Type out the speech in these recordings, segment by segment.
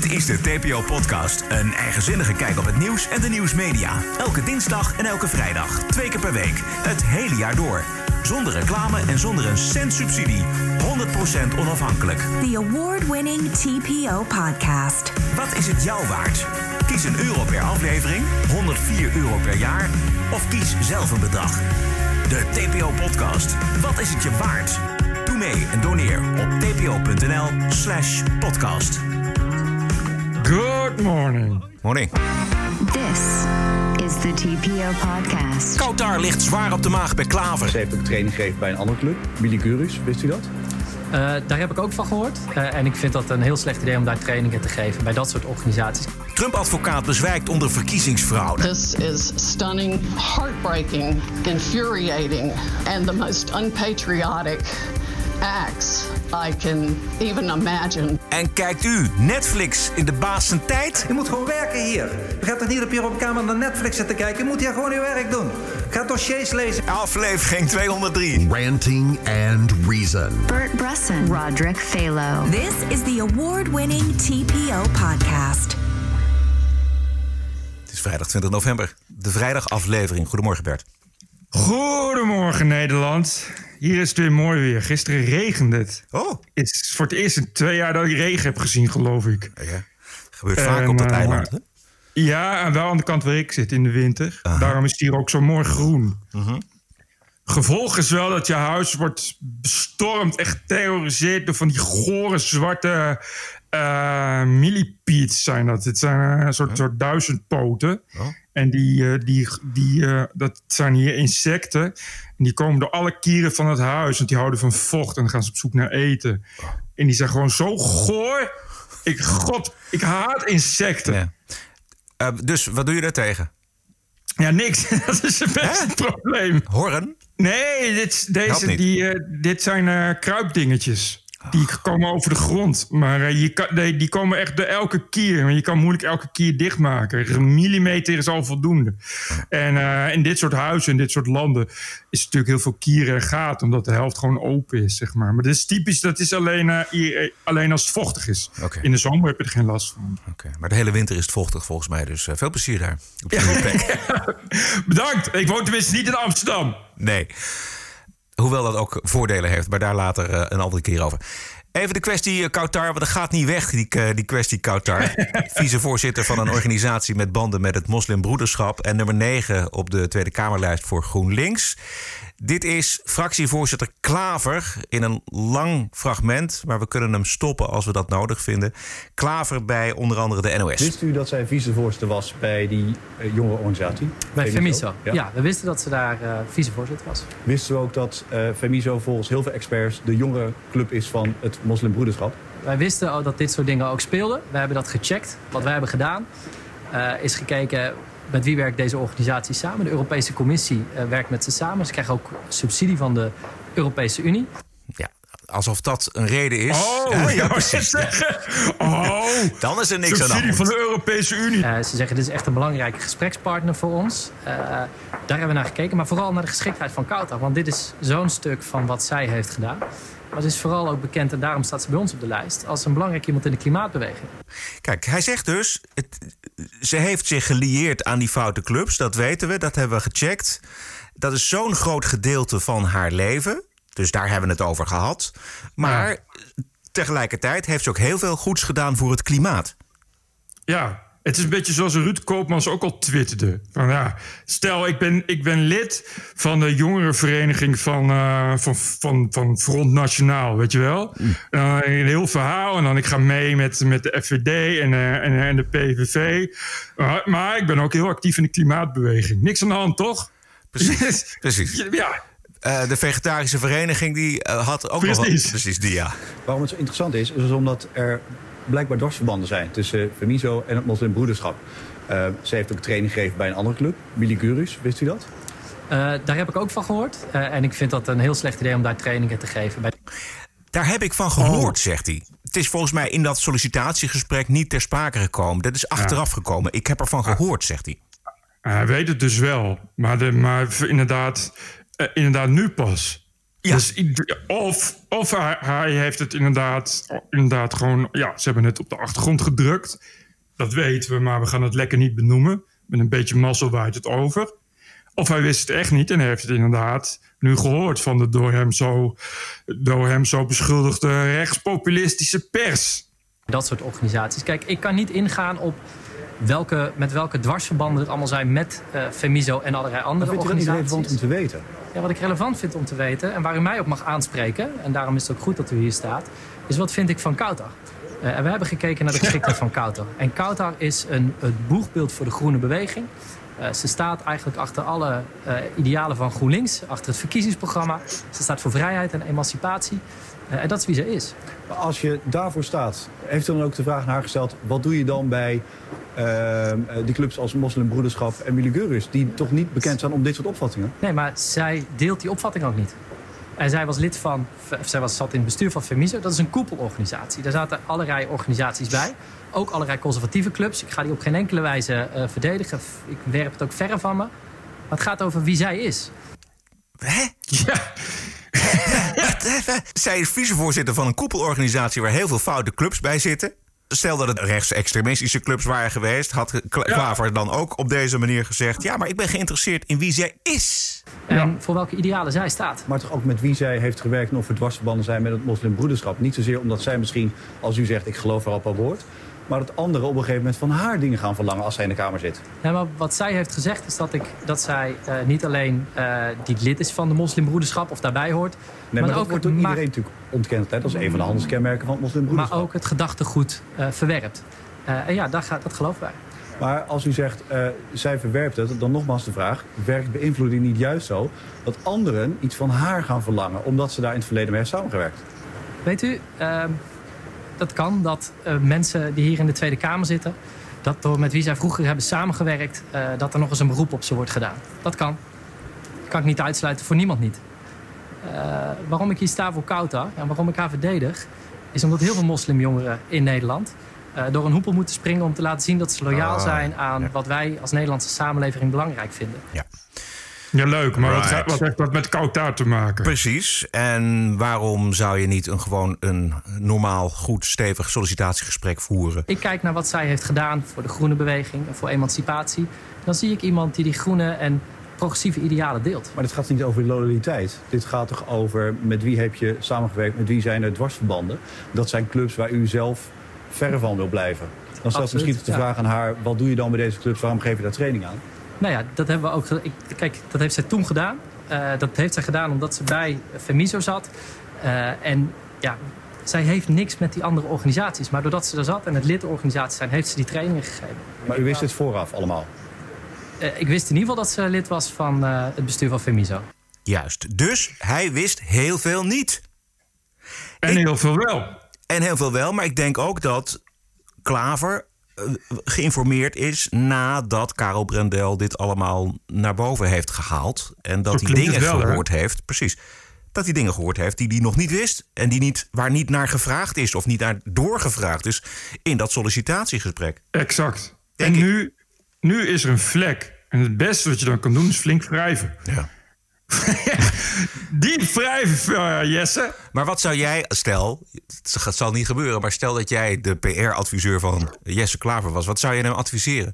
Dit is de TPO-podcast. Een eigenzinnige kijk op het nieuws en de nieuwsmedia. Elke dinsdag en elke vrijdag. 2 keer per week. Het hele jaar door. Zonder reclame en zonder een cent subsidie. 100% onafhankelijk. The award-winning TPO-podcast. Wat is het jou waard? Kies €1 per aflevering, €104 per jaar of kies zelf een bedrag. De TPO-podcast. Wat is het je waard? Doe mee en doneer op tpo.nl/podcast. Good morning. Morning. This is the TPO-podcast. Kautar ligt zwaar op de maag bij Klaver. Ze heeft ook training gegeven bij een andere club, Willy Gurus, wist u dat? Daar heb ik ook van gehoord. En ik vind dat een heel slecht idee om daar trainingen te geven bij dat soort organisaties. Trump-advocaat bezwijkt onder verkiezingsfraude. This is stunning, heartbreaking, infuriating, and the most unpatriotic acts I can even imagine. En kijkt u Netflix in de baas zijn tijd? Je moet gewoon werken hier. Je gaat toch niet op je kamer naar Netflix zitten kijken? Je moet hier gewoon je werk doen. Ga dossiers lezen. Aflevering 203. Ranting and Reason. Bert Bresson. Roderick Phalo. This is the award-winning TPO-podcast. Het is vrijdag 20 november. De vrijdagaflevering. Goedemorgen Bert. Goedemorgen Nederland. Hier is het weer mooi weer. Gisteren regende het. Oh. Het is voor het eerst in 2 jaar dat ik regen heb gezien, geloof ik. Ja. Gebeurt vaak op dat eiland, hè? Ja, en wel aan de kant waar ik zit in de winter. Daarom is het hier ook zo mooi groen. Gevolg is wel dat je huis wordt bestormd, echt geterroriseerd door van die gore zwarte millipedes zijn dat. Het zijn een soort 1000 poten. Oh. En dat zijn hier insecten. En die komen door alle kieren van het huis. Want die houden van vocht en dan gaan ze op zoek naar eten. Oh. En die zijn gewoon zo goor. Ik haat insecten. Ja. Dus wat doe je daar tegen? Ja, niks. Dat is het beste probleem. Horen? Nee, dit zijn kruipdingetjes. Die komen over de grond. Maar die komen echt door elke kier. Maar je kan moeilijk elke kier dichtmaken. Een millimeter is al voldoende. En in dit soort huizen, in dit soort landen, is natuurlijk heel veel kieren en gaten. Omdat de helft gewoon open is, zeg maar. Maar dat is typisch, dat is alleen als het vochtig is. Okay. In de zomer heb je er geen last van. Okay. Maar de hele winter is het vochtig volgens mij. Dus veel plezier daar. Op je nieuwe plek. Bedankt. Ik woon tenminste niet in Amsterdam. Nee. Hoewel dat ook voordelen heeft, maar daar later een andere keer over. Even de kwestie Kautar, want dat gaat niet weg, die kwestie Kautar. Vicevoorzitter van een organisatie met banden met het moslimbroederschap en nummer 9 op de Tweede Kamerlijst voor GroenLinks. Dit is fractievoorzitter Klaver in een lang fragment, maar we kunnen hem stoppen als we dat nodig vinden. Klaver bij onder andere de NOS. Wist u dat zij vicevoorzitter was bij die jongerenorganisatie? Bij Femiso? Ja, we wisten dat ze daar vicevoorzitter was. Wisten we ook dat Femiso volgens heel veel experts de jongerenclub is van het moslimbroederschap? Wij wisten dat dit soort dingen ook speelden. We hebben dat gecheckt. Wat wij hebben gedaan is gekeken met wie werkt deze organisatie samen. De Europese Commissie werkt met ze samen. Ze krijgen ook subsidie van de Europese Unie. Ja, alsof dat een reden is. Oh, ja, precies. Dan is er niks aan de hand. Subsidie van de Europese Unie. Ze zeggen, dit is echt een belangrijke gesprekspartner voor ons. Daar hebben we naar gekeken. Maar vooral naar de geschiktheid van Kautar. Want dit is zo'n stuk van wat zij heeft gedaan. Maar ze is vooral ook bekend, en daarom staat ze bij ons op de lijst, als een belangrijk iemand in de klimaatbeweging. Kijk, hij zegt dus, ze heeft zich gelieerd aan die foute clubs. Dat weten we, dat hebben we gecheckt. Dat is zo'n groot gedeelte van haar leven. Dus daar hebben we het over gehad. Maar tegelijkertijd heeft ze ook heel veel goeds gedaan voor het klimaat. Ja. Het is een beetje zoals Ruud Koopmans ook al twitterde. Van, ja, stel, ik ben lid van de jongerenvereniging van Front Nationaal, weet je wel? Een heel verhaal en dan ik ga mee met de FVD en de PVV. Maar ik ben ook heel actief in de klimaatbeweging. Niks aan de hand, toch? Precies. Ja. De vegetarische vereniging die had ook nog precies die, ja. Waarom het zo interessant is omdat er blijkbaar dwarsverbanden zijn tussen Femiso en het moslimbroederschap. Ze heeft ook training gegeven bij een andere club, Willy Gurus, wist u dat? Daar heb ik ook van gehoord. En ik vind dat een heel slecht idee om daar trainingen te geven. Daar heb ik van gehoord, zegt hij. Het is volgens mij in dat sollicitatiegesprek niet ter sprake gekomen. Dat is achteraf gekomen. Ik heb ervan gehoord, zegt hij. Hij weet het dus wel. Maar inderdaad nu pas. Ja. Dus of hij heeft het inderdaad gewoon... Ja, ze hebben het op de achtergrond gedrukt. Dat weten we, maar we gaan het lekker niet benoemen. Met een beetje mazzel waait het over. Of hij wist het echt niet en heeft het inderdaad nu gehoord... van de door hem zo beschuldigde rechtspopulistische pers. Dat soort organisaties. Kijk, ik kan niet ingaan op met welke dwarsverbanden het allemaal zijn... met Femiso en allerlei andere organisaties. Vind je dat niet relevant om te weten? Ja, wat ik relevant vind om te weten en waar u mij op mag aanspreken... en daarom is het ook goed dat u hier staat... is wat vind ik van Kautar. En we hebben gekeken naar de geschiktheid van Kautar. En Kautar is het boegbeeld voor de groene beweging. Ze staat eigenlijk achter alle idealen van GroenLinks... achter het verkiezingsprogramma. Ze staat voor vrijheid en emancipatie. En dat is wie ze is. Maar als je daarvoor staat, heeft u dan ook de vraag naar haar gesteld... wat doe je dan bij die clubs als Moslimbroederschap en Miligurus... die toch niet bekend zijn om dit soort opvattingen? Nee, maar zij deelt die opvatting ook niet. En zij zat in het bestuur van Femiso. Dat is een koepelorganisatie. Daar zaten allerlei organisaties bij. Ook allerlei conservatieve clubs. Ik ga die op geen enkele wijze verdedigen. Ik werp het ook verre van me. Maar het gaat over wie zij is. Hè? Ja. Zij is vicevoorzitter van een koepelorganisatie... waar heel veel foute clubs bij zitten. Stel dat het rechtsextremistische clubs waren geweest... had Klaver dan ook op deze manier gezegd... ja, maar ik ben geïnteresseerd in wie zij is. En voor welke idealen zij staat. Maar toch ook met wie zij heeft gewerkt... en of er dwarsverbanden zijn met het moslimbroederschap. Niet zozeer omdat zij misschien, als u zegt... ik geloof haar op haar woord... maar dat anderen op een gegeven moment van haar dingen gaan verlangen... als zij in de Kamer zit. Ja, maar wat zij heeft gezegd is dat zij niet alleen die lid is van de moslimbroederschap... of daarbij hoort... Nee, maar dat wordt door iedereen natuurlijk ontkend. Dat is een van de handelskenmerken van het moslimbroederschap. Maar ook het gedachtegoed verwerpt. En ja, dat geloven wij. Maar als u zegt, zij verwerpt het, dan nogmaals de vraag... werkt beïnvloeding niet juist zo dat anderen iets van haar gaan verlangen... omdat ze daar in het verleden mee heeft samengewerkt? Weet u, dat kan dat mensen die hier in de Tweede Kamer zitten... dat door met wie zij vroeger hebben samengewerkt... dat er nog eens een beroep op ze wordt gedaan. Dat kan. Dat kan ik niet uitsluiten, voor niemand niet. Waarom ik hier sta voor Kautar en waarom ik haar verdedig... is omdat heel veel moslimjongeren in Nederland... door een hoepel moeten springen om te laten zien dat ze loyaal zijn... aan wat wij als Nederlandse samenleving belangrijk vinden. Ja. Ja, leuk, maar wat heeft dat met Kautar te maken? Precies. En waarom zou je niet gewoon een normaal, goed, stevig sollicitatiegesprek voeren? Ik kijk naar wat zij heeft gedaan voor de groene beweging en voor emancipatie. Dan zie ik iemand die groene en progressieve idealen deelt. Maar dit gaat niet over loyaliteit. Dit gaat toch over met wie heb je samengewerkt, met wie zijn er dwarsverbanden. Dat zijn clubs waar u zelf verre van wil blijven. Dan stelt misschien de vraag aan haar, wat doe je dan bij deze clubs? Waarom geef je daar training aan? Nou ja, dat hebben we ook. Kijk, dat heeft zij toen gedaan. Dat heeft zij gedaan omdat ze bij Femiso zat. En ja, zij heeft niks met die andere organisaties. Maar doordat ze er zat en het lidorganisaties zijn, heeft ze die trainingen gegeven. Maar u wist het vooraf allemaal? Ik wist in ieder geval dat ze lid was van het bestuur van Femiso. Juist. Dus hij wist heel veel niet. Heel veel wel. En heel veel wel, maar ik denk ook dat Klaver geïnformeerd is nadat Karel Brendel dit allemaal naar boven heeft gehaald. En dat hij dingen gehoord heeft. Precies. Dat hij dingen gehoord heeft die hij nog niet wist. En waar niet naar gevraagd is of niet naar doorgevraagd is in dat sollicitatiegesprek. Exact. En nu is er een vlek. En het beste wat je dan kan doen is flink wrijven. Ja. Die wrijven, Jesse. Maar wat zou jij, het zal niet gebeuren, maar stel dat jij de PR-adviseur van Jesse Klaver was. Wat zou je hem adviseren?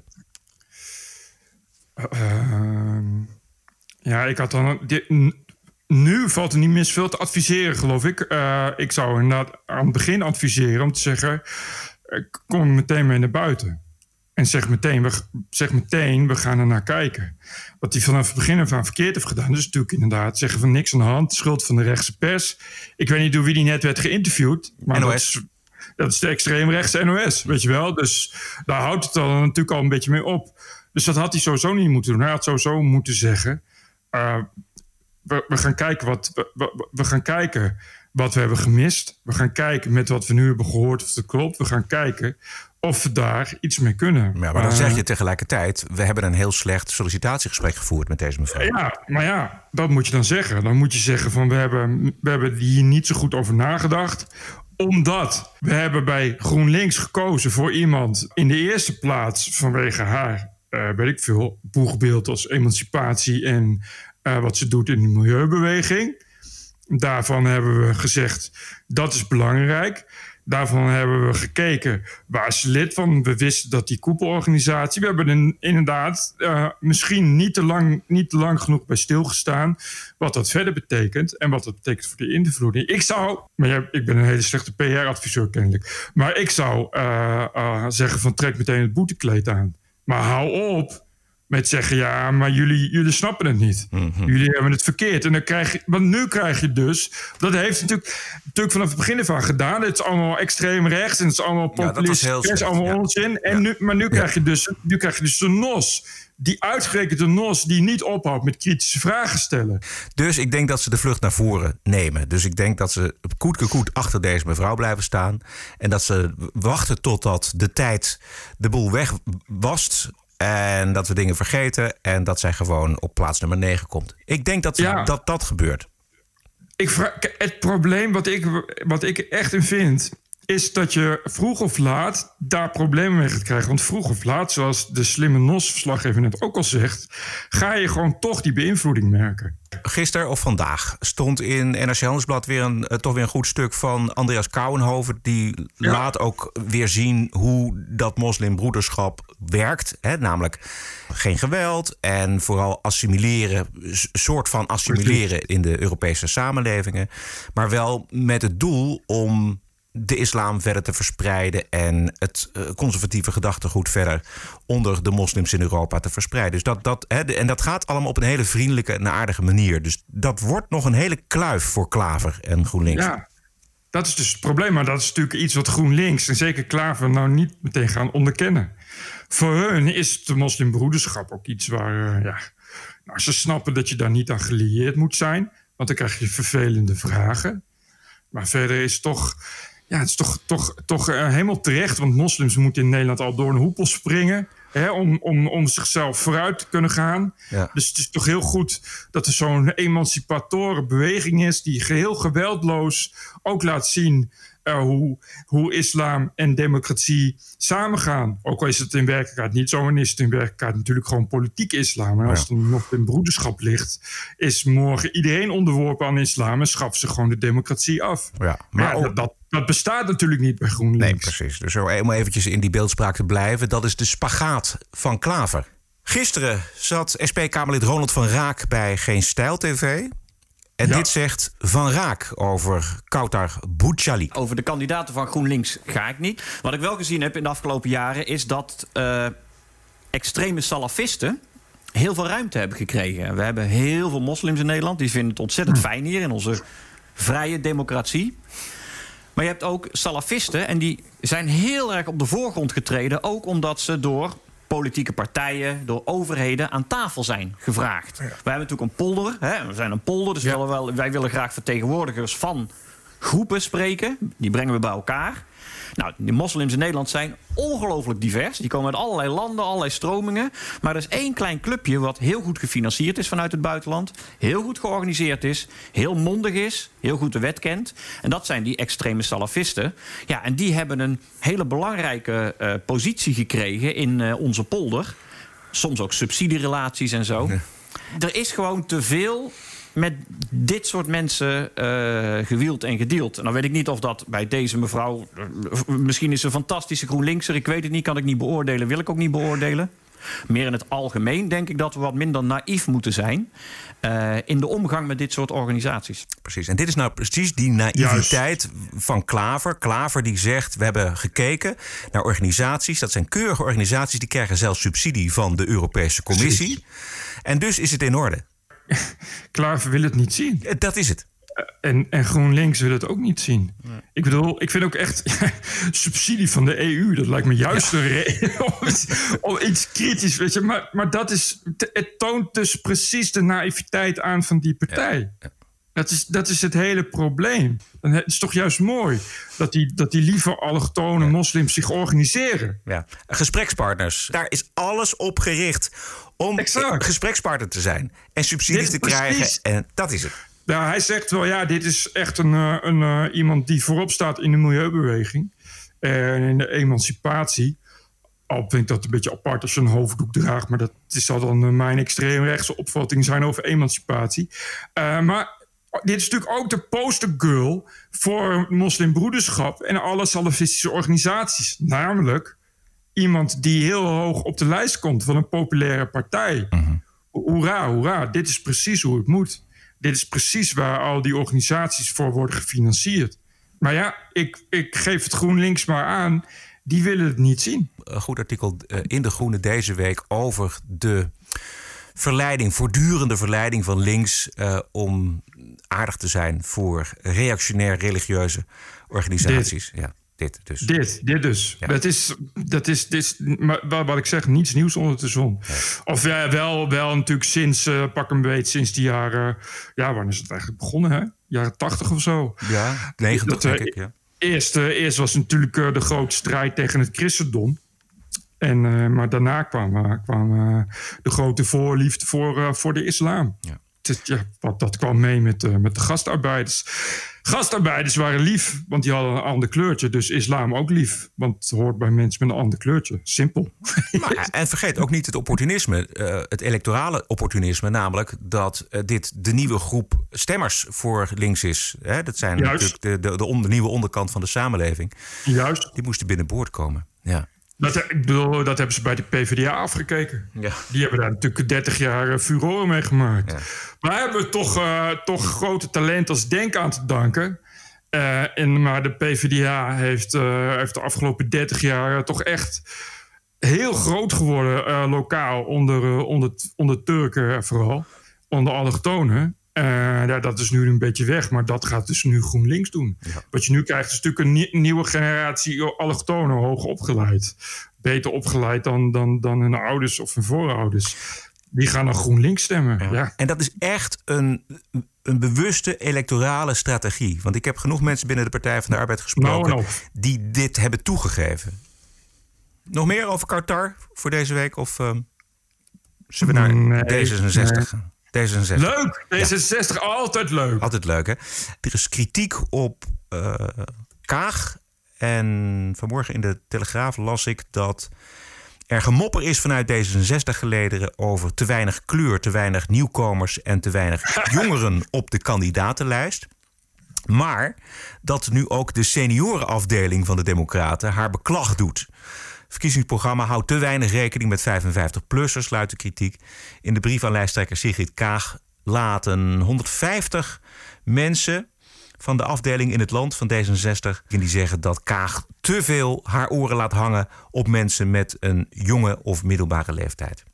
Ja, ik had dan... Nu valt er niet meer veel te adviseren, geloof ik. Ik zou inderdaad aan het begin adviseren om te zeggen... kom meteen mee naar buiten. En zeg meteen, we gaan er naar kijken. Wat hij vanaf het begin af aan verkeerd heeft gedaan... is natuurlijk inderdaad zeggen van niks aan de hand. Schuld van de rechtse pers. Ik weet niet door wie die net werd geïnterviewd. Maar NOS. Dat is de extreemrechtse NOS, weet je wel. Dus daar houdt het dan natuurlijk al een beetje mee op. Dus dat had hij sowieso niet moeten doen. Hij had sowieso moeten zeggen... We gaan kijken we gaan kijken wat we hebben gemist. We gaan kijken met wat we nu hebben gehoord of het klopt. We gaan kijken of we daar iets mee kunnen. Ja, maar dan zeg je tegelijkertijd... we hebben een heel slecht sollicitatiegesprek gevoerd met deze mevrouw. Ja, maar ja, dat moet je dan zeggen. Dan moet je zeggen van we hebben hier niet zo goed over nagedacht. Omdat we hebben bij GroenLinks gekozen voor iemand... in de eerste plaats vanwege haar, weet ik veel... boegbeeld als emancipatie en wat ze doet in de milieubeweging... Daarvan hebben we gezegd, dat is belangrijk. Daarvan hebben we gekeken, waar is ze lid van? We wisten dat die koepelorganisatie... We hebben inderdaad misschien niet te lang genoeg bij stilgestaan... wat dat verder betekent en wat dat betekent voor de invloeding. Ik ben een hele slechte PR-adviseur kennelijk... maar ik zou zeggen van trek meteen het boetekleed aan. Maar hou op met zeggen, ja, maar jullie snappen het niet. Mm-hmm. Jullie hebben het verkeerd. En nu krijg je dus... Dat heeft natuurlijk vanaf het begin ervan gedaan. Het is allemaal extreem rechts en het is allemaal populistisch. Het is allemaal onzin. Maar nu krijg je dus de NOS. Die uitgerekende NOS die niet ophoudt met kritische vragen stellen. Dus ik denk dat ze de vlucht naar voren nemen. Dus ik denk dat ze koet achter deze mevrouw blijven staan. En dat ze wachten totdat de tijd de boel wegwast... En dat we dingen vergeten en dat zij gewoon op plaats nummer 9 komt. Ik denk dat gebeurt. Het probleem wat ik echt in vind... is dat je vroeg of laat daar problemen mee gaat krijgen. Want vroeg of laat, zoals de slimme NOS-verslaggever net ook al zegt... ga je gewoon toch die beïnvloeding merken. Gisteren of vandaag stond in NRC Handelsblad toch weer een goed stuk van Andreas Kouwenhoven. Die laat ook weer zien hoe dat moslimbroederschap werkt. Hè? Namelijk geen geweld en vooral assimileren in de Europese samenlevingen. Maar wel met het doel om de islam verder te verspreiden en het conservatieve gedachtegoed verder onder de moslims in Europa te verspreiden. Dus dat gaat allemaal op een hele vriendelijke en aardige manier. Dus dat wordt nog een hele kluif voor Klaver en GroenLinks. Ja, dat is dus het probleem. Maar dat is natuurlijk iets wat GroenLinks en zeker Klaver nou niet meteen gaan onderkennen. Voor hun is de moslimbroederschap ook iets waar ze snappen dat je daar niet aan gelieerd moet zijn. Want dan krijg je vervelende vragen. Maar verder is het is toch helemaal terecht. Want moslims moeten in Nederland al door een hoepel springen. Hè, om zichzelf vooruit te kunnen gaan. Ja. Dus het is toch heel goed dat er zo'n emancipatoren beweging is... die geheel geweldloos ook laat zien... hoe islam en democratie samengaan. Ook al is het in werkelijkheid niet zo... en is het in werkelijkheid natuurlijk gewoon politiek islam. En als het nog in broederschap ligt... is morgen iedereen onderworpen aan islam... en schaft ze gewoon de democratie af. Ja, maar dat bestaat natuurlijk niet bij GroenLinks. Nee, precies. Dus om eventjes in die beeldspraak te blijven... dat is de spagaat van Klaver. Gisteren zat SP-Kamerlid Ronald van Raak bij Geen Stijl TV... En dit zegt Van Raak over Kautar Bouchali. Over de kandidaten van GroenLinks ga ik niet. Wat ik wel gezien heb in de afgelopen jaren... is dat extreme salafisten heel veel ruimte hebben gekregen. We hebben heel veel moslims in Nederland. Die vinden het ontzettend fijn hier in onze vrije democratie. Maar je hebt ook salafisten en die zijn heel erg op de voorgrond getreden... ook omdat ze door politieke partijen, door overheden aan tafel zijn gevraagd. Ja. Wij hebben natuurlijk een polder. Hè? We zijn een polder, dus wij willen graag vertegenwoordigers van groepen spreken. Die brengen we bij elkaar. Nou, de moslims in Nederland zijn ongelooflijk divers. Die komen uit allerlei landen, allerlei stromingen. Maar er is één klein clubje wat heel goed gefinancierd is vanuit het buitenland. Heel goed georganiseerd is. Heel mondig is. Heel goed de wet kent. En dat zijn die extreme salafisten. Ja, en die hebben een hele belangrijke positie gekregen in onze polder. Soms ook subsidierelaties en zo. Ja. Er is gewoon te veel met dit soort mensen gewield en gedeeld. En dan weet ik niet of dat bij deze mevrouw... misschien is ze een fantastische GroenLinkser. Ik weet het niet, kan ik niet beoordelen. Wil ik ook niet beoordelen. Meer in het algemeen denk ik dat we wat minder naïef moeten zijn... in de omgang met dit soort organisaties. Precies. En dit is nou precies die naïviteit van Klaver. Klaver die zegt, we hebben gekeken naar organisaties. Dat zijn keurige organisaties. Die krijgen zelfs subsidie van de Europese Commissie. Precies. En dus is het in orde. Klaver wil het niet zien. Dat is het. En GroenLinks wil het ook niet zien. Nee. Ik bedoel, ik vind ook echt subsidie van de EU. Dat lijkt me juist een reden om iets kritisch. Weet je, maar het toont dus precies de naïviteit aan van die partij. Ja. Dat is het hele probleem. Het is toch juist mooi dat die lieve allochtone moslims zich organiseren. Ja. Gesprekspartners. Daar is alles op gericht om gesprekspartner te zijn. En subsidies te krijgen. En dat is het. Ja, hij zegt wel, dit is echt iemand die voorop staat in de milieubeweging. En in de emancipatie. Al vind ik dat een beetje apart als je een hoofddoek draagt. Maar dat zal dan mijn extreemrechtse opvatting zijn over emancipatie. Maar dit is natuurlijk ook de postergirl voor moslimbroederschap en alle salafistische organisaties. Namelijk iemand die heel hoog op de lijst komt van een populaire partij. Hoera, hoera, dit is precies hoe het moet. Dit is precies waar al die organisaties voor worden gefinancierd. Maar ja, ik geef het GroenLinks maar aan. Die willen het niet zien. Een goed artikel in De Groene deze week over de voortdurende verleiding van links om aardig te zijn voor reactionair religieuze organisaties. Dit dus. Dit dus. Ja. Dat is wat ik zeg, niets nieuws onder de zon. Ja. Of wel natuurlijk sinds, pak een beetje sinds die jaren... wanneer is het eigenlijk begonnen, hè? Jaren 80 of zo. Ja, 90 denk ik, ja. Eerst was natuurlijk de grote strijd tegen het christendom. Maar daarna kwam de grote voorliefde voor de islam. Ja. Dat kwam mee met de gastarbeiders. Gastarbeiders waren lief, want die hadden een ander kleurtje. Dus islam ook lief, want het hoort bij mensen met een ander kleurtje. Simpel. Maar, en vergeet ook niet het opportunisme. Het electorale opportunisme. Namelijk dat dit de nieuwe groep stemmers voor links is. Hè? Dat zijn natuurlijk de nieuwe onderkant van de samenleving. Juist. Die moesten binnenboord komen. Ja. Dat hebben ze bij de PvdA afgekeken. Ja. Die hebben daar natuurlijk 30 jaar furore mee gemaakt. Ja. Maar hebben we toch grote talent als Denk aan te danken. Maar de PvdA heeft de afgelopen 30 jaar toch echt heel groot geworden lokaal onder Turken vooral. Onder allochtonen. Dat is nu een beetje weg, maar dat gaat dus nu GroenLinks doen. Ja. Wat je nu krijgt is natuurlijk een nieuwe generatie allochtonen, hoog opgeleid. Beter opgeleid dan hun ouders of hun voorouders. Die gaan naar GroenLinks stemmen. Ja. Ja. En dat is echt een bewuste electorale strategie. Want ik heb genoeg mensen binnen de Partij van de Arbeid gesproken die dit hebben toegegeven. Nog meer over Qatar voor deze week? Of zullen we naar D66 gaan? D66. Leuk, D66, altijd leuk. Altijd leuk, hè? Er is kritiek op Kaag. En vanmorgen in de Telegraaf las ik dat er gemopper is vanuit D66-gelederen over te weinig kleur, te weinig nieuwkomers en te weinig jongeren op de kandidatenlijst. Maar dat nu ook de seniorenafdeling van de Democraten haar beklag doet. Het verkiezingsprogramma houdt te weinig rekening met 55-plussers, luidt de kritiek. In de brief aan lijsttrekker Sigrid Kaag laten 150 mensen van de afdeling in het land van D66 die zeggen dat Kaag te veel haar oren laat hangen op mensen met een jonge of middelbare leeftijd.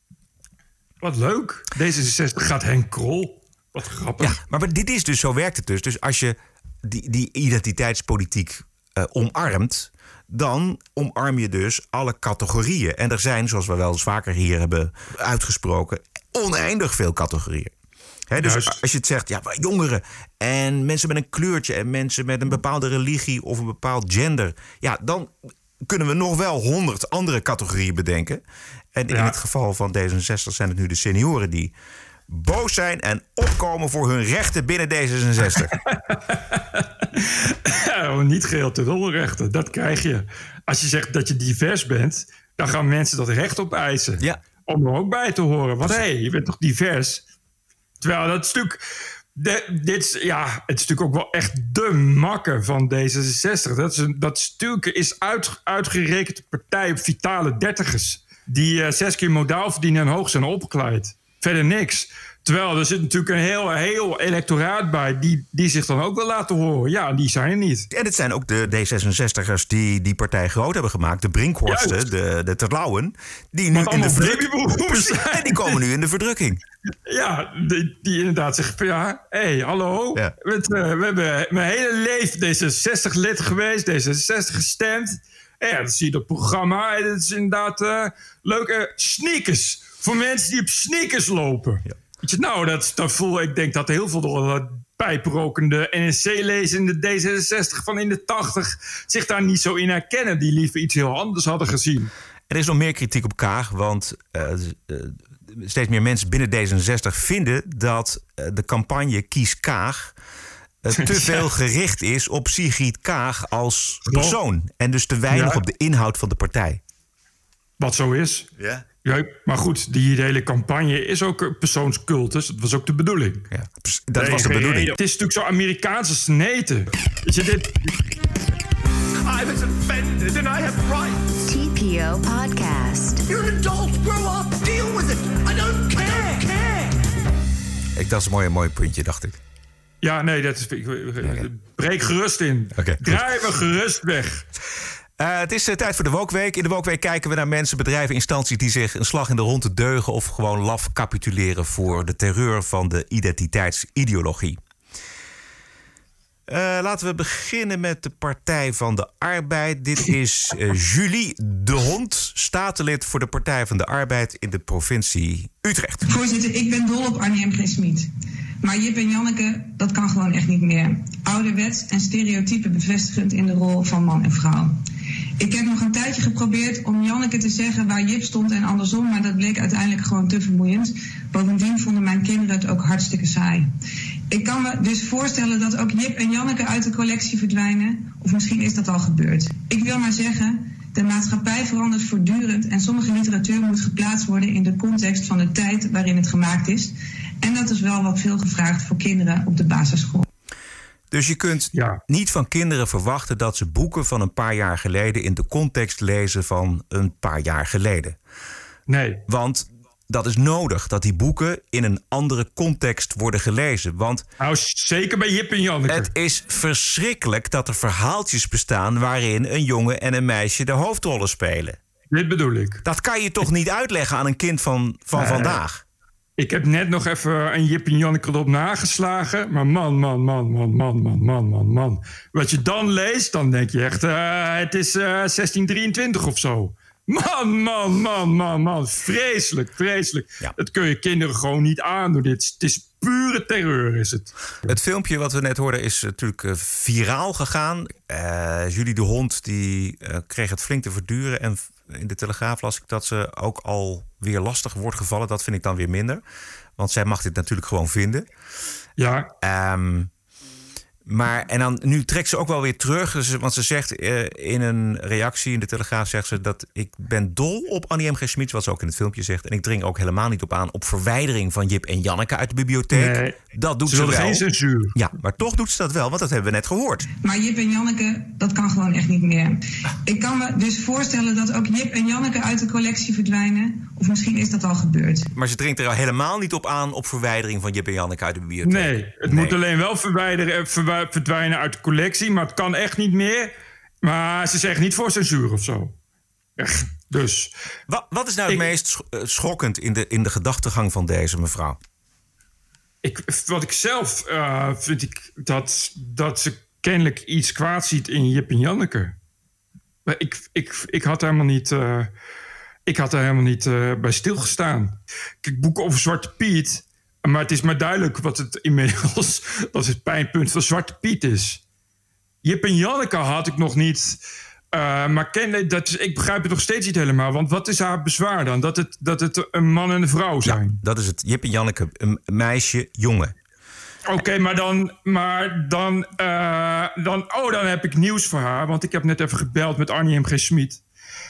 Wat leuk. D66 gaat Henk Krol. Wat grappig. Ja, maar dit is dus, zo werkt het dus. Dus als je die identiteitspolitiek omarmt, dan omarm je dus alle categorieën. En er zijn, zoals we wel eens vaker hier hebben uitgesproken, oneindig veel categorieën. Dus als je het zegt, jongeren en mensen met een kleurtje en mensen met een bepaalde religie of een bepaald gender, dan kunnen we nog wel 100 andere categorieën bedenken. En in het geval van D66 zijn het nu de senioren die boos zijn en opkomen voor hun rechten binnen D66. Niet geheel ten onrechte, dat krijg je. Als je zegt dat je divers bent, dan gaan mensen dat recht op eisen. Ja. Om er ook bij te horen. Want je bent toch divers? Terwijl dat stuk, het is natuurlijk ook wel echt de makker van D66. Dat stuk is uitgerekend de partij op vitale dertigers. Die 6 keer modaal verdienen en hoog zijn opgeleid. Verder niks. Terwijl er zit natuurlijk een heel electoraat bij die zich dan ook wil laten horen. Ja, die zijn er niet. En het zijn ook de D66'ers die partij groot hebben gemaakt. De Brinkhorsten, de Terlouwen. Die nu in de verdrukking zijn. En die komen nu in de verdrukking. Ja, die inderdaad zeggen van hallo. Ja. We hebben mijn hele leven D66 lid geweest. D66 gestemd. Ja, dat zie je op het programma. Dat is inderdaad leuke sneakers. Voor mensen die op sneakers lopen. Ja. Dat voel ik denk dat heel veel pijprokende NSC-lezende D66 van in de 80 zich daar niet zo in herkennen. Die liever iets heel anders hadden gezien. Er is nog meer kritiek op Kaag, want steeds meer mensen binnen D66 vinden dat de campagne Kies Kaag te veel gericht is op Sigrid Kaag als persoon. En dus te weinig op de inhoud van de partij. Wat zo is. Ja. Ja, maar goed, die hele campagne is ook een persoonscultus. Dat was ook de bedoeling. Ja, dat was de bedoeling. Het is natuurlijk zo Amerikaanse sneten. Weet je, dit... I was offended and I have rights. TPO Podcast. You're an adult. Grow up. Deal with it. I don't care. Dat is een mooi puntje, dacht ik. Ja, nee, dat is... Breek gerust in. Draai me gerust weg. Het is tijd voor de Woke-week. In de Woke-week kijken we naar mensen, bedrijven, instanties die zich een slag in de ronde deugen of gewoon laf capituleren voor de terreur van de identiteitsideologie. Laten we beginnen met de Partij van de Arbeid. Dit is Julie de Hond, statenlid voor de Partij van de Arbeid in de provincie Utrecht. Voorzitter, ik ben dol op Annie M. G. Schmid. Maar Jip en Janneke, dat kan gewoon echt niet meer. Ouderwets en stereotypen bevestigend in de rol van man en vrouw. Ik heb nog een tijdje geprobeerd om Janneke te zeggen waar Jip stond en andersom, maar dat bleek uiteindelijk gewoon te vermoeiend. Bovendien vonden mijn kinderen het ook hartstikke saai. Ik kan me dus voorstellen dat ook Jip en Janneke uit de collectie verdwijnen. Of misschien is dat al gebeurd. Ik wil maar zeggen, de maatschappij verandert voortdurend en sommige literatuur moet geplaatst worden in de context van de tijd waarin het gemaakt is. En dat is wel wat veel gevraagd voor kinderen op de basisschool. Dus je kunt niet van kinderen verwachten dat ze boeken van een paar jaar geleden in de context lezen van een paar jaar geleden. Nee. Want dat is nodig, dat die boeken in een andere context worden gelezen. Want nou, zeker bij Jip en Janneke. Het is verschrikkelijk dat er verhaaltjes bestaan waarin een jongen en een meisje de hoofdrollen spelen. Dit bedoel ik. Dat kan je toch niet uitleggen aan een kind van vandaag? Ik heb net nog even een Jip en Janneke erop nageslagen. Maar man. Wat je dan leest, dan denk je echt... het is 1623 of zo. Man. Vreselijk. Ja. Dat kun je kinderen gewoon niet aandoen. Het is pure terreur, is het. Het filmpje wat we net hoorden is natuurlijk viraal gegaan. Julie de Hond die kreeg het flink te verduren. En in de Telegraaf las ik dat ze ook al weer lastig wordt gevallen. Dat vind ik dan weer minder. Want zij mag dit natuurlijk gewoon vinden. Ja. Maar en dan nu trekt ze ook wel weer terug. Want ze zegt in een reactie in de Telegraaf zegt ze dat ik ben dol op Annie M. G. Schmid, wat ze ook in het filmpje zegt. En ik dring ook helemaal niet op aan op verwijdering van Jip en Janneke uit de bibliotheek. Nee, dat doet ze wel. Geen censuur. Ja, maar toch doet ze dat wel, want dat hebben we net gehoord. Maar Jip en Janneke, dat kan gewoon echt niet meer. Ik kan me dus voorstellen dat ook Jip en Janneke uit de collectie verdwijnen. Of misschien is dat al gebeurd. Maar ze dringt er al helemaal niet op aan op verwijdering van Jip en Janneke uit de bibliotheek. Nee, het moet alleen wel verdwijnen uit de collectie, maar het kan echt niet meer. Maar ze zegt niet voor censuur of zo. Echt, dus. Wat is nou het meest schokkend in de gedachtegang van deze mevrouw? Wat ik zelf vind ik dat ze kennelijk iets kwaad ziet in Jip en Janneke. Ik had helemaal niet... ik had er helemaal niet bij stilgestaan. Kijk, boeken over Zwarte Piet. Maar het is maar duidelijk wat het inmiddels... dat het pijnpunt van Zwarte Piet is. Jip en Janneke had ik nog niet... maar ik begrijp het nog steeds niet helemaal. Want wat is haar bezwaar dan? Dat het een man en een vrouw zijn? Ja, dat is het. Jip en Janneke, een meisje, jongen. Oké, dan heb ik nieuws voor haar. Want ik heb net even gebeld met Annie M. G. Schmid.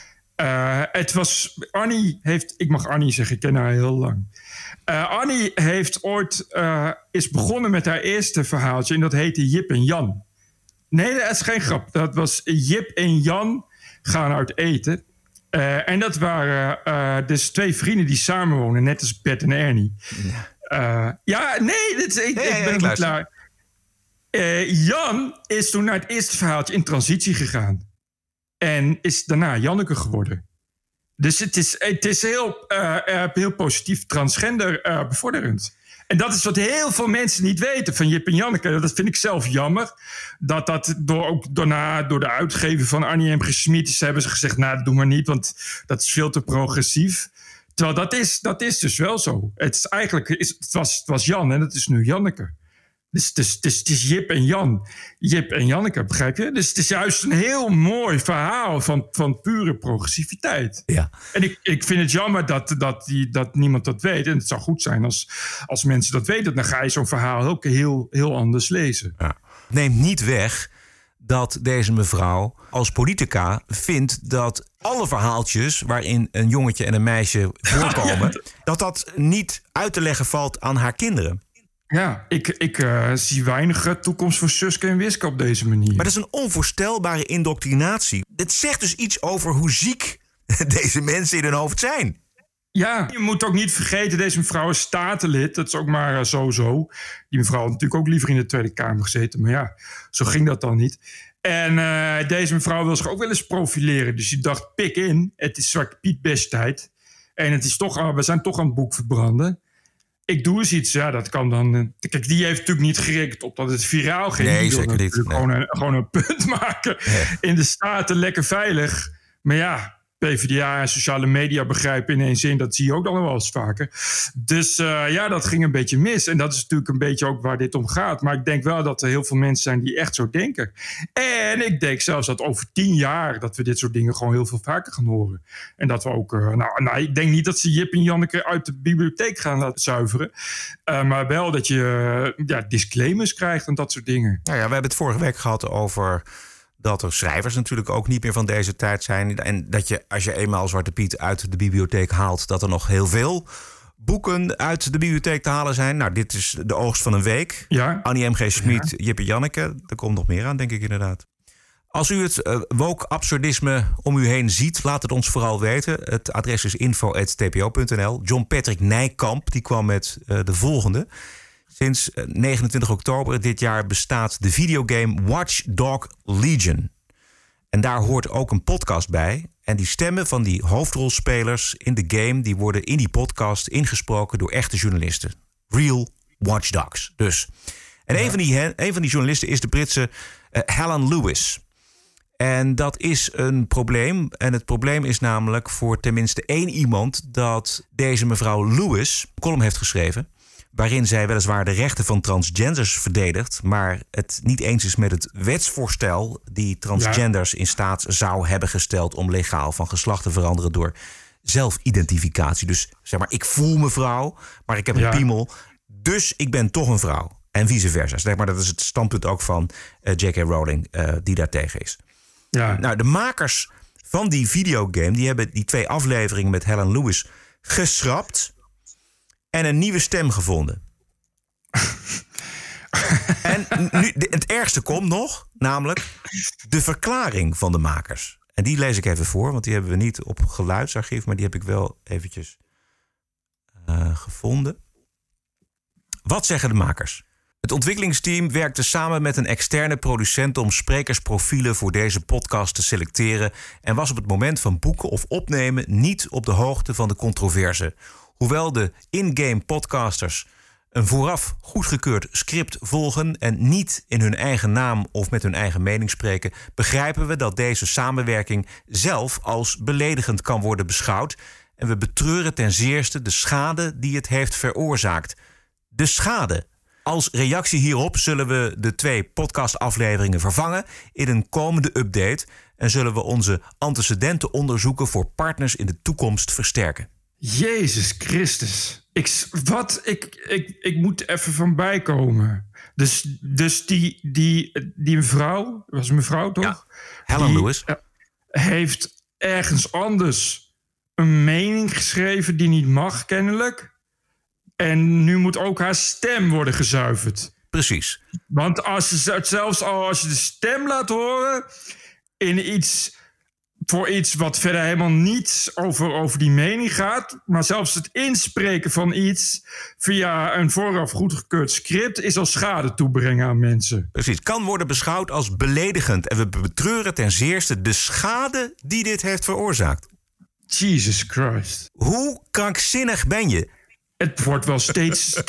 Ik mag Annie zeggen, ik ken haar heel lang. Annie heeft is begonnen met haar eerste verhaaltje en dat heette Jip en Jan. Nee, dat is geen grap. Dat was Jip en Jan gaan uit eten. En dat waren dus twee vrienden die samenwonen, net als Bert en Ernie. Ik ben niet klaar. Jan is toen naar het eerste verhaaltje in transitie gegaan. En is daarna Janneke geworden. Dus het is heel positief transgender bevorderend. En dat is wat heel veel mensen niet weten van Jip en Janneke. Dat vind ik zelf jammer. Dat door de uitgever van Annie M. G. Schmid hebben ze gezegd... nou, doe maar niet, want dat is veel te progressief. Terwijl dat is dus wel zo. Het was Jan en het is nu Janneke. Dus het is Jip en Jan. Jip en Janneke, begrijp je? Dus het is juist een heel mooi verhaal van pure progressiviteit. Ja. En ik vind het jammer dat niemand dat weet. En het zou goed zijn als mensen dat weten. Dan ga je zo'n verhaal ook heel, heel anders lezen. Ja. Neemt niet weg dat deze mevrouw als politica vindt dat alle verhaaltjes waarin een jongetje en een meisje voorkomen, dat niet uit te leggen valt aan haar kinderen. Ja, ik zie weinig toekomst voor Suske en Wiske op deze manier. Maar dat is een onvoorstelbare indoctrinatie. Het zegt dus iets over hoe ziek deze mensen in hun hoofd zijn. Ja, je moet ook niet vergeten, deze mevrouw is statenlid. Dat is ook maar zo. Die mevrouw had natuurlijk ook liever in de Tweede Kamer gezeten. Maar ja, zo ging dat dan niet. En deze mevrouw wil zich ook wel eens profileren. Dus die dacht, pik in. Het is Zwarte Piet besttijd. En het is toch, we zijn toch aan het boek verbranden. Ik doe eens iets. Ja, dat kan dan. Kijk, die heeft natuurlijk niet gerekend op dat het viraal ging. Nee, zeker niet. Nee. Gewoon een punt maken. Nee. In de Staten lekker veilig. Maar ja, PvdA en sociale media begrijpen in één zin. Dat zie je ook dan wel eens vaker. Dus dat ging een beetje mis. En dat is natuurlijk een beetje ook waar dit om gaat. Maar ik denk wel dat er heel veel mensen zijn die echt zo denken. En ik denk zelfs dat over 10 jaar... dat we dit soort dingen gewoon heel veel vaker gaan horen. En dat we ook... ik denk niet dat ze Jip en Janneke uit de bibliotheek gaan laten zuiveren. Maar wel dat je disclaimers krijgt en dat soort dingen. Nou ja, we hebben het vorige week gehad over... dat er schrijvers natuurlijk ook niet meer van deze tijd zijn. En dat je, als je eenmaal Zwarte Piet uit de bibliotheek haalt... dat er nog heel veel boeken uit de bibliotheek te halen zijn. Nou, dit is de oogst van een week. Ja. Annie M.G. Schmid, Jip en Janneke. Er komt nog meer aan, denk ik inderdaad. Als u het woke absurdisme om u heen ziet, laat het ons vooral weten. Het adres is info@tpo.nl. John Patrick Nijkamp die kwam met de volgende... Sinds 29 oktober dit jaar bestaat de videogame Watch Dogs Legion. En daar hoort ook een podcast bij. En die stemmen van die hoofdrolspelers in de game... die worden in die podcast ingesproken door echte journalisten. Real watchdogs dus. En een van die journalisten is de Britse Helen Lewis. En dat is een probleem. En het probleem is namelijk voor tenminste 1 iemand... dat deze mevrouw Lewis een column heeft geschreven... waarin zij weliswaar de rechten van transgenders verdedigt... maar het niet eens is met het wetsvoorstel... die transgenders in staat zou hebben gesteld... om legaal van geslacht te veranderen door zelfidentificatie. Dus zeg maar, ik voel me vrouw, maar ik heb een piemel... dus ik ben toch een vrouw. En vice versa. Zeg maar, dat is het standpunt ook van J.K. Rowling die daartegen is. Ja. Nou, de makers van die videogame... die hebben die 2 afleveringen met Helen Lewis geschrapt... en een nieuwe stem gevonden. En nu, het ergste komt nog, namelijk de verklaring van de makers. En die lees ik even voor, want die hebben we niet op geluidsarchief... maar die heb ik wel eventjes gevonden. Wat zeggen de makers? Het ontwikkelingsteam werkte samen met een externe producent... om sprekersprofielen voor deze podcast te selecteren... en was op het moment van boeken of opnemen... niet op de hoogte van de controverse... Hoewel de in-game podcasters een vooraf goedgekeurd script volgen... en niet in hun eigen naam of met hun eigen mening spreken... begrijpen we dat deze samenwerking zelf als beledigend kan worden beschouwd... en we betreuren ten zeerste de schade die het heeft veroorzaakt. De schade. Als reactie hierop zullen we de 2 podcastafleveringen vervangen... in een komende update... en zullen we onze antecedentenonderzoeken voor partners in de toekomst versterken. Jezus Christus. Ik moet even van bijkomen. Dus die mevrouw, was een mevrouw toch? Ja, Helen Lewis. Heeft ergens anders een mening geschreven die niet mag, kennelijk. En nu moet ook haar stem worden gezuiverd. Precies. Want zelfs als je de stem laat horen in iets... voor iets wat verder helemaal niets over die mening gaat... maar zelfs het inspreken van iets... via een vooraf goedgekeurd script... is al schade toebrengen aan mensen. Precies, kan worden beschouwd als beledigend... en we betreuren ten zeerste de schade die dit heeft veroorzaakt. Jesus Christ. Hoe krankzinnig ben je? Het wordt wel steeds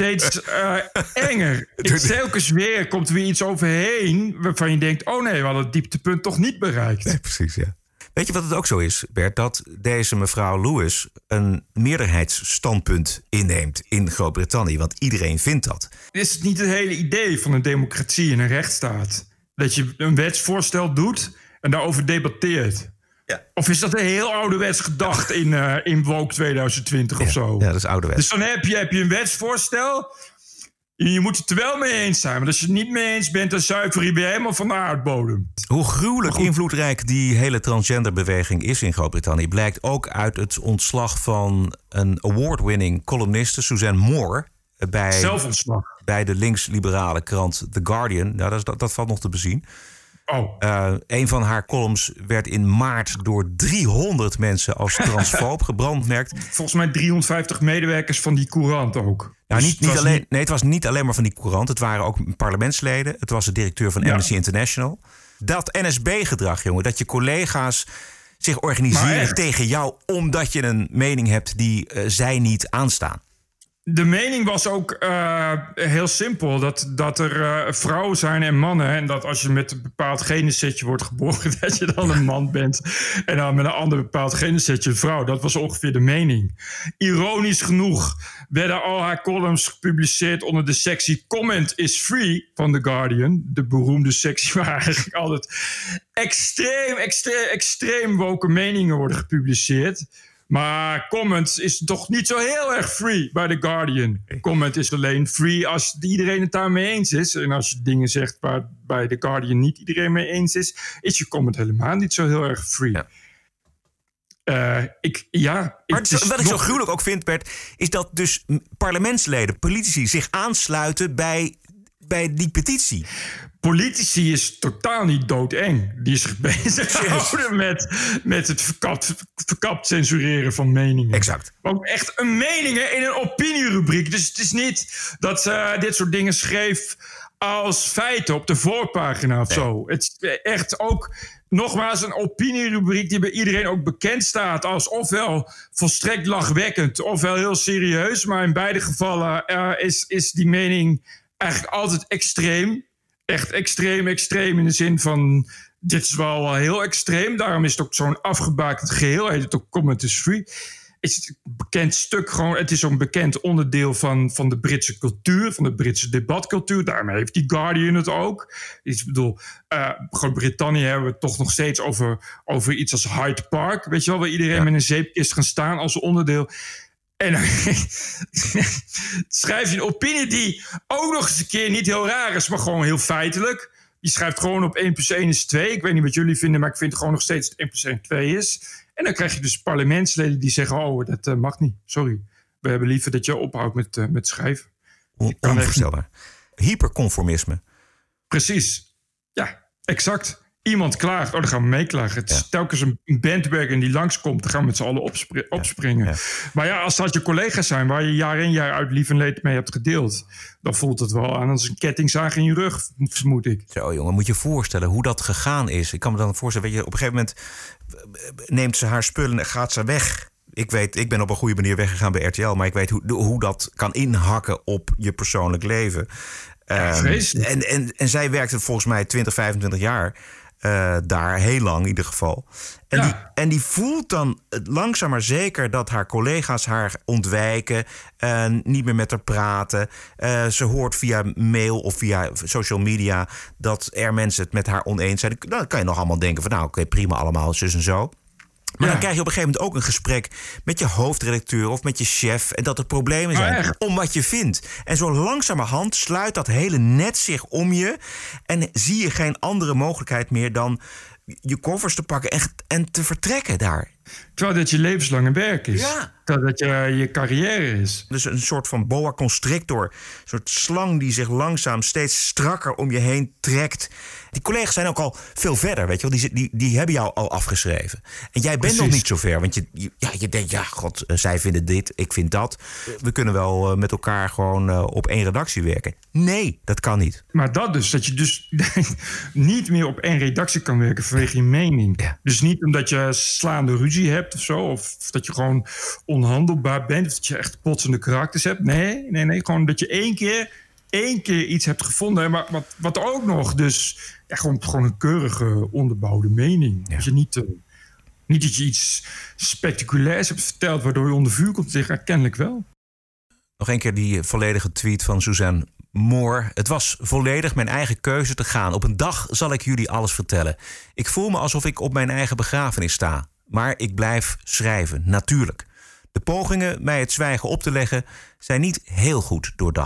enger. Telkens weer komt er weer iets overheen... waarvan je denkt... oh nee, we hadden het dieptepunt toch niet bereikt. Nee, precies, ja. Weet je wat het ook zo is, Bert? Dat deze mevrouw Lewis een meerderheidsstandpunt inneemt in Groot-Brittannië. Want iedereen vindt dat. Is het niet het hele idee van een democratie en een rechtsstaat? Dat je een wetsvoorstel doet en daarover debatteert? Ja. Of is dat een heel ouderwets gedacht in Woke 2020 of zo? Ja, dat is ouderwets. Dus dan heb je een wetsvoorstel... Je moet het er wel mee eens zijn. Maar als je het niet mee eens bent, dan zuiver je weer helemaal van de aardbodem. Hoe gruwelijk invloedrijk die hele transgenderbeweging is in Groot-Brittannië blijkt ook uit het ontslag van een award-winning columniste, Suzanne Moore, bij de links-liberale krant The Guardian. Nou, dat valt nog te bezien. Een van haar columns werd in maart door 300 mensen als transfoob gebrandmerkt. Volgens mij 350 medewerkers van die courant ook. Nou, het was niet alleen maar van die courant. Het waren ook parlementsleden. Het was de directeur van Amnesty International. Dat NSB-gedrag, jongen, dat je collega's zich organiseren tegen jou omdat je een mening hebt die zij niet aanstaan. De mening was ook heel simpel. Dat er vrouwen zijn en mannen. En dat als je met een bepaald genensetje wordt geboren, dat je dan een man bent. En dan met een ander bepaald genensetje een vrouw. Dat was ongeveer de mening. Ironisch genoeg werden al haar columns gepubliceerd onder de sectie Comment is Free van The Guardian. De beroemde sectie waar eigenlijk altijd extreem woke meningen worden gepubliceerd. Maar comment is toch niet zo heel erg free bij The Guardian. Comment is alleen free als iedereen het daarmee eens is. En als je dingen zegt waar bij The Guardian niet iedereen mee eens is je comment helemaal niet zo heel erg free. Maar wat ik zo gruwelijk ook vind, Bert, is dat dus parlementsleden, politici zich aansluiten bij die petitie. Politici is totaal niet doodeng. Die is bezig gehouden met het verkapt censureren van meningen. Exact. Ook echt een meningen in een opinierubriek. Dus het is niet dat ze dit soort dingen schreef als feiten op de voorpagina of zo. Het is echt ook nogmaals een opinierubriek die bij iedereen ook bekend staat als ofwel volstrekt lachwekkend ofwel heel serieus. Maar in beide gevallen is die mening eigenlijk altijd extreem. Echt extreem in de zin van dit is wel heel extreem. Daarom is het ook zo'n afgebakend geheel. Heet het ook Comment is Free. Het is een bekend stuk gewoon. Het is zo'n bekend onderdeel van de Britse cultuur, van de Britse debatcultuur. Daarmee heeft die Guardian het ook. Ik bedoel, Groot-Brittannië hebben we het toch nog steeds over iets als Hyde Park. Weet je wel, waar iedereen met een zeepkist gaan staan als onderdeel. En dan schrijf je een opinie die ook nog eens een keer niet heel raar is, maar gewoon heel feitelijk. Je schrijft gewoon op 1 + 1 = 2. Ik weet niet wat jullie vinden, maar ik vind gewoon nog steeds dat 1 + 1 = 2 is. En dan krijg je dus parlementsleden die zeggen, dat mag niet. Sorry, we hebben liever dat je ophoudt met schrijven. Onvoorstelbaar. Hyperconformisme. Precies. Ja, exact. Iemand klaagt, dan gaan we meeklagen. Het is telkens een bandwagon die langskomt, dan gaan we met z'n allen opspringen. Ja. Maar ja, als dat je collega's zijn waar je jaar in jaar uit lief en leed mee hebt gedeeld, dan voelt het wel aan als een kettingzaag in je rug, vermoed ik. Zo jongen, moet je voorstellen hoe dat gegaan is. Ik kan me dan voorstellen, weet je, op een gegeven moment neemt ze haar spullen en gaat ze weg. Ik ben op een goede manier weggegaan bij RTL, maar ik weet hoe dat kan inhakken op je persoonlijk leven. En zij werkte volgens mij 20, 25 jaar daar, heel lang in ieder geval. En die voelt dan langzaam maar zeker dat haar collega's haar ontwijken, niet meer met haar praten. Ze hoort via mail of via social media dat er mensen het met haar oneens zijn. Dan kan je nog allemaal denken van oké, prima allemaal, zus en zo. Maar dan krijg je op een gegeven moment ook een gesprek met je hoofdredacteur of met je chef. En dat er problemen zijn om wat je vindt. En zo langzamerhand sluit dat hele net zich om je. En zie je geen andere mogelijkheid meer dan je koffers te pakken en te vertrekken daar. Terwijl dat je levenslange werk is. Ja. Terwijl dat je carrière is. Dus een soort van boa constrictor. Een soort slang die zich langzaam steeds strakker om je heen trekt. Die collega's zijn ook al veel verder, weet je wel. Die hebben jou al afgeschreven. En jij bent nog niet zo ver. Want je denkt, god, zij vinden dit, ik vind dat. We kunnen wel met elkaar gewoon op 1 redactie werken. Nee, dat kan niet. Maar dat je dus niet meer op 1 redactie kan werken vanwege je mening. Ja. Dus niet omdat je slaande ruzie hebt of zo. Of dat je gewoon onhandelbaar bent. Of dat je echt botsende karakters hebt. Nee. Gewoon dat je één keer iets hebt gevonden. Maar wat ook nog. Dus gewoon een keurige onderbouwde mening. Ja. Dus je niet dat je iets spectaculairs hebt verteld waardoor je onder vuur komt te liggen. Kennelijk wel. Nog een keer die volledige tweet van Suzanne Moore. Het was volledig mijn eigen keuze te gaan. Op een dag zal ik jullie alles vertellen. Ik voel me alsof ik op mijn eigen begrafenis sta. Maar ik blijf schrijven, natuurlijk. De pogingen mij het zwijgen op te leggen zijn niet heel goed doordacht.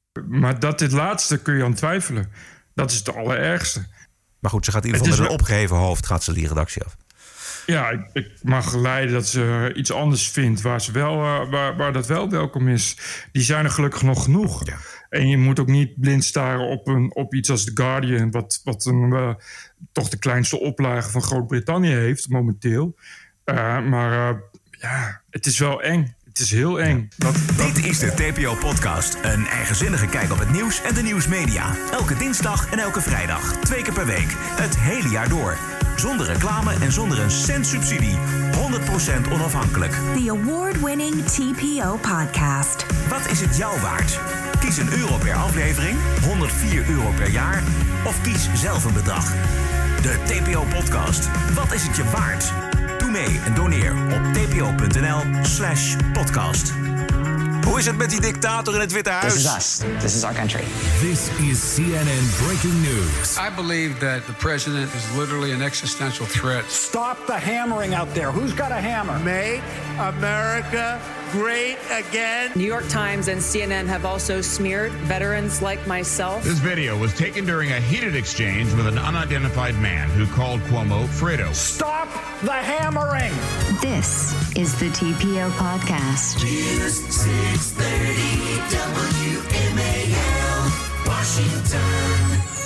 Maar dit laatste kun je aan twijfelen. Dat is het allerergste. Maar goed, ze gaat in ieder geval met een opgeheven hoofd gaat ze die redactie af. Ja, ik mag leiden dat ze iets anders vindt waar dat wel welkom is. Die zijn er gelukkig nog genoeg. Ja. En je moet ook niet blind staren op iets als The Guardian, wat toch de kleinste oplage van Groot-Brittannië heeft momenteel. Maar het is wel eng. Het is heel eng. Dit is de TPO-podcast. Een eigenzinnige kijk op het nieuws en de nieuwsmedia. Elke dinsdag en elke vrijdag. 2 keer per week. Het hele jaar door. Zonder reclame en zonder een cent subsidie. 100% onafhankelijk. The award-winning TPO podcast. Wat is het jou waard? Kies €1 per aflevering, €104 per jaar of kies zelf een bedrag. De TPO-podcast. Wat is het je waard? Doe mee en doneer op tpo.nl/podcast. Hoe is het met die dictator in het Witte Huis? This is us. This is our country. This is CNN Breaking News. I believe that the president is literally an existential threat. Stop the hammering out there. Who's got a hammer? Make America great again. New York Times and CNN have also smeared veterans like myself. This video was taken during a heated exchange with an unidentified man who called Cuomo Fredo. Stop the hammering! This is the TPO podcast. News 630 WMAL, Washington.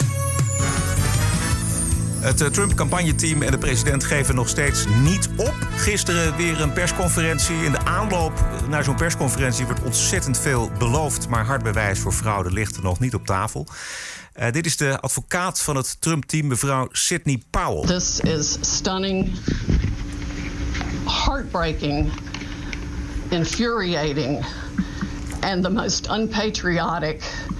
Het Trump-campagneteam en de president geven nog steeds niet op. Gisteren weer een persconferentie. In de aanloop naar zo'n persconferentie wordt ontzettend veel beloofd, maar hard bewijs voor fraude ligt er nog niet op tafel. Dit is de advocaat van het Trump-team, mevrouw Sidney Powell. This is stunning, heartbreaking, infuriating, and the most unpatriotic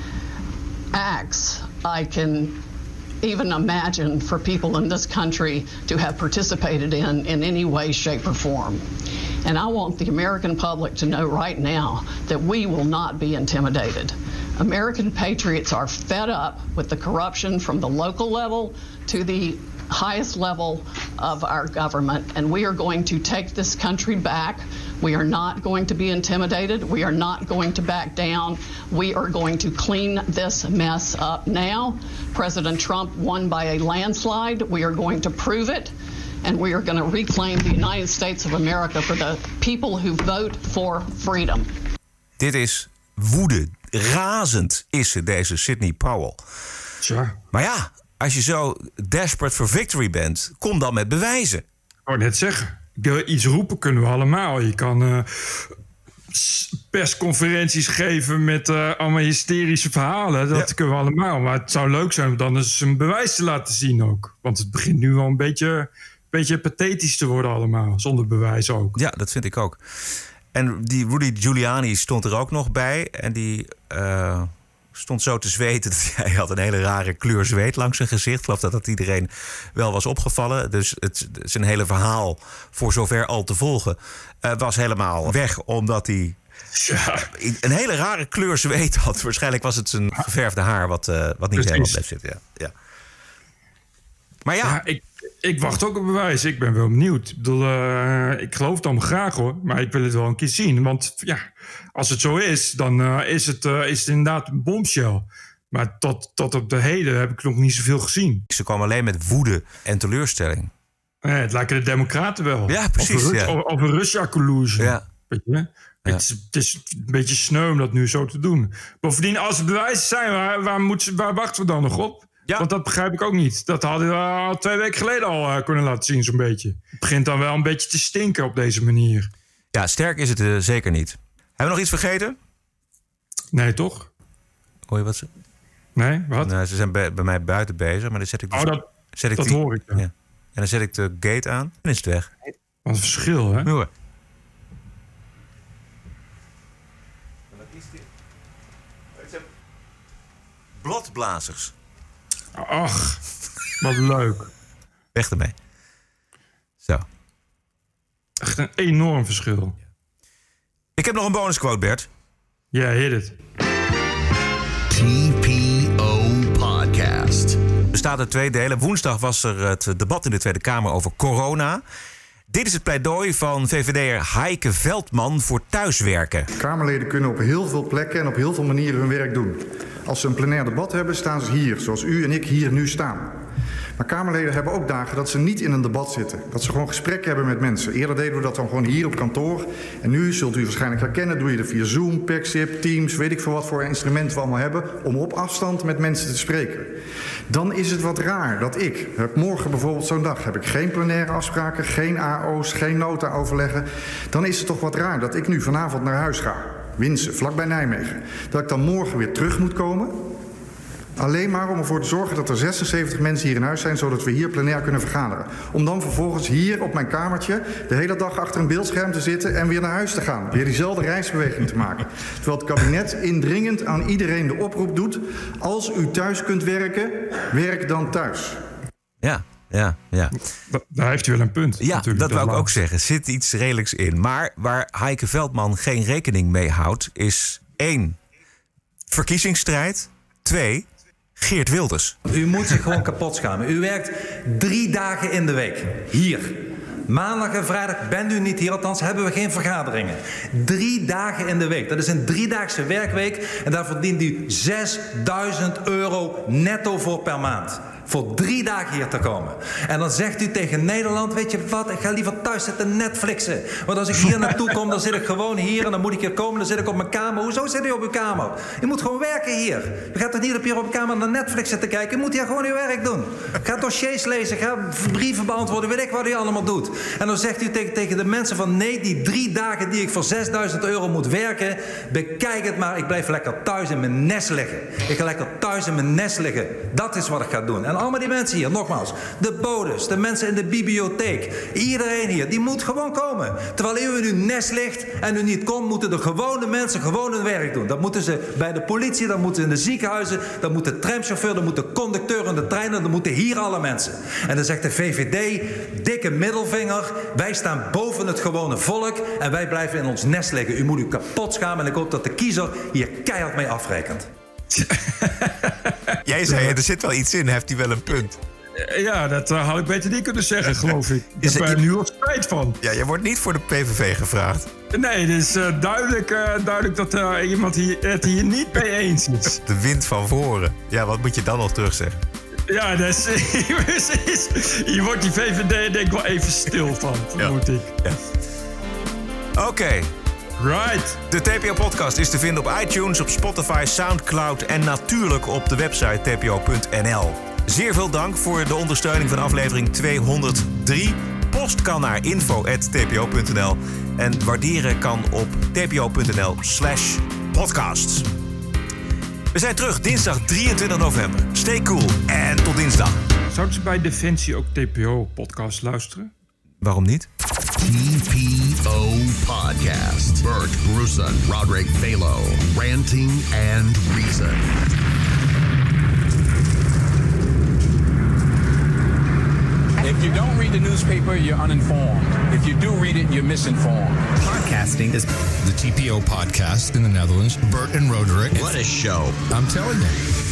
acts I can even imagine for people in this country to have participated in any way, shape, or form. And I want the American public to know right now that we will not be intimidated. American patriots are fed up with the corruption from the local level to the highest level of our government, and we are going to take this country back. We are not going to be intimidated. We are not going to back down. We are going to clean this mess up now. President Trump won by a landslide. We are going to prove it. And we are going to reclaim the United States of America for the people who vote for freedom. Dit is woede. Razend is ze, deze Sidney Powell. Tja. Maar ja, als je zo desperate for victory bent, kom dan met bewijzen. Ik wou net zeggen. Iets roepen kunnen we allemaal. Je kan persconferenties geven met allemaal hysterische verhalen. Dat kunnen we allemaal. Maar het zou leuk zijn om dan eens een bewijs te laten zien ook. Want het begint nu wel een beetje pathetisch te worden allemaal. Zonder bewijs ook. Ja, dat vind ik ook. En die Rudy Giuliani stond er ook nog bij. En die stond zo te zweten. Hij had een hele rare kleur zweet langs zijn gezicht. Ik geloof dat iedereen wel was opgevallen. Dus zijn hele verhaal, voor zover al te volgen, was helemaal weg. Omdat hij een hele rare kleur zweet had. Waarschijnlijk was het zijn geverfde haar wat niet helemaal bleef zitten. Ja. Maar ja, ik wacht ook op bewijs. Ik ben wel benieuwd. Ik bedoel, ik geloof het allemaal graag hoor. Maar ik wil het wel een keer zien. Want ja, als het zo is, dan is het inderdaad een bombshell. Maar tot op de heden heb ik nog niet zoveel gezien. Ze komen alleen met woede en teleurstelling. Het lijken de democraten wel. Ja, precies. Of een Russia collusion. Ja. Weet je? Ja. Het is een beetje sneu om dat nu zo te doen. Bovendien, als er bewijzen zijn, waar wachten we dan nog op? Ja. Want dat begrijp ik ook niet. Dat hadden we al 2 weken geleden al kunnen laten zien, zo'n beetje. Het begint dan wel een beetje te stinken op deze manier. Ja, sterk is het zeker niet. Hebben we nog iets vergeten? Nee, toch? Hoor je wat ze... Nee, wat? Nou, ze zijn bij mij buiten bezig, maar dan zet ik... Dat hoor ik dan. Ja. En dan zet ik de gate aan en is het weg. Wat een verschil, hè? Ja. Het zijn bladblazers. Ach, wat leuk. Weg ermee. Zo. Echt een enorm verschil. Ik heb nog een bonusquote, Bert. Ja, hit it. TPO Podcast. Bestaat uit 2 delen. Woensdag was er het debat in de Tweede Kamer over corona. Dit is het pleidooi van VVD'er Heike Veldman voor thuiswerken. Kamerleden kunnen op heel veel plekken en op heel veel manieren hun werk doen. Als ze een plenair debat hebben, staan ze hier, zoals u en ik hier nu staan. Maar Kamerleden hebben ook dagen dat ze niet in een debat zitten. Dat ze gewoon gesprekken hebben met mensen. Eerder deden we dat dan gewoon hier op kantoor. En nu, zult u waarschijnlijk herkennen, doe je dat via Zoom, Pexip, Teams, weet ik veel wat voor instrumenten we allemaal hebben, om op afstand met mensen te spreken. Dan is het wat raar dat ik, morgen bijvoorbeeld zo'n dag, heb ik geen plenaire afspraken, geen AO's, geen nota-overleggen. Dan is het toch wat raar dat ik nu vanavond naar huis ga. Winsen, vlakbij Nijmegen. Dat ik dan morgen weer terug moet komen. Alleen maar om ervoor te zorgen dat er 76 mensen hier in huis zijn, zodat we hier plenair kunnen vergaderen. Om dan vervolgens hier op mijn kamertje de hele dag achter een beeldscherm te zitten en weer naar huis te gaan. Weer diezelfde reisbeweging te maken. Terwijl het kabinet indringend aan iedereen de oproep doet: als u thuis kunt werken, werk dan thuis. Ja. Daar heeft u wel een punt. Ja, dat wou ik ook zeggen. Zit iets redelijks in. Maar waar Heike Veldman geen rekening mee houdt, is 1. verkiezingsstrijd. 2. Geert Wilders. U moet zich gewoon kapot schamen. U werkt 3 dagen in de week. Hier. Maandag en vrijdag bent u niet hier. Althans hebben we geen vergaderingen. 3 dagen in de week. Dat is een 3-daagse werkweek. En daar verdient u €6.000 netto voor per maand. Voor 3 dagen hier te komen. En dan zegt u tegen Nederland: weet je wat, ik ga liever thuis zitten Netflixen. Want als ik hier naartoe kom, dan zit ik gewoon hier. En dan moet ik hier komen, dan zit ik op mijn kamer. Hoezo zit u op uw kamer? U moet gewoon werken hier. U gaat toch niet op uw kamer naar Netflix zitten kijken? U moet hier gewoon uw werk doen. Ga dossiers lezen, ga brieven beantwoorden, weet ik wat u allemaal doet. En dan zegt u tegen de mensen van: nee, die 3 dagen die ik voor €6.000 moet werken, bekijk het maar. Ik blijf lekker thuis in mijn nest liggen. Ik ga lekker thuis in mijn nest liggen. Dat is wat ik ga doen. En allemaal die mensen hier, nogmaals, de bodes, de mensen in de bibliotheek, iedereen hier, die moet gewoon komen. Terwijl u in uw nest ligt en u niet komt, moeten de gewone mensen gewoon hun werk doen. Dat moeten ze bij de politie, dat moeten ze in de ziekenhuizen, dat moet de tramchauffeur, dat moet de conducteur in de trein, dat moeten hier alle mensen. En dan zegt de VVD, dikke middelvinger, wij staan boven het gewone volk en wij blijven in ons nest liggen. U moet u kapot schamen en ik hoop dat de kiezer hier keihard mee afrekent. Jij zei, er zit wel iets in, heeft hij wel een punt. Ja, dat had ik beter niet kunnen zeggen, geloof ik. Ik heb er nu al spijt van. Ja, je wordt niet voor de PVV gevraagd. Nee, het is duidelijk dat iemand het hier niet mee eens is. De wind van voren. Ja, wat moet je dan nog terugzeggen? Ja, dat is, hier wordt die VVD denk ik wel even stil van, vermoed ik. Ja. Oké. Right. De TPO-podcast is te vinden op iTunes, op Spotify, Soundcloud en natuurlijk op de website tpo.nl. Zeer veel dank voor de ondersteuning van aflevering 203. Post kan naar info@tpo.nl en waarderen kan op tpo.nl/podcasts. We zijn terug dinsdag 23 november. Stay cool en tot dinsdag. Zouden ze bij Defensie ook TPO-podcast luisteren? Waarom niet? TPO Podcast. Bert Brussen, Roderick Balo, Ranting and Reason. If you don't read the newspaper, you're uninformed. If you do read it, you're misinformed. Podcasting is the TPO podcast in the Netherlands. Bert and Roderick. What a show. I'm telling you.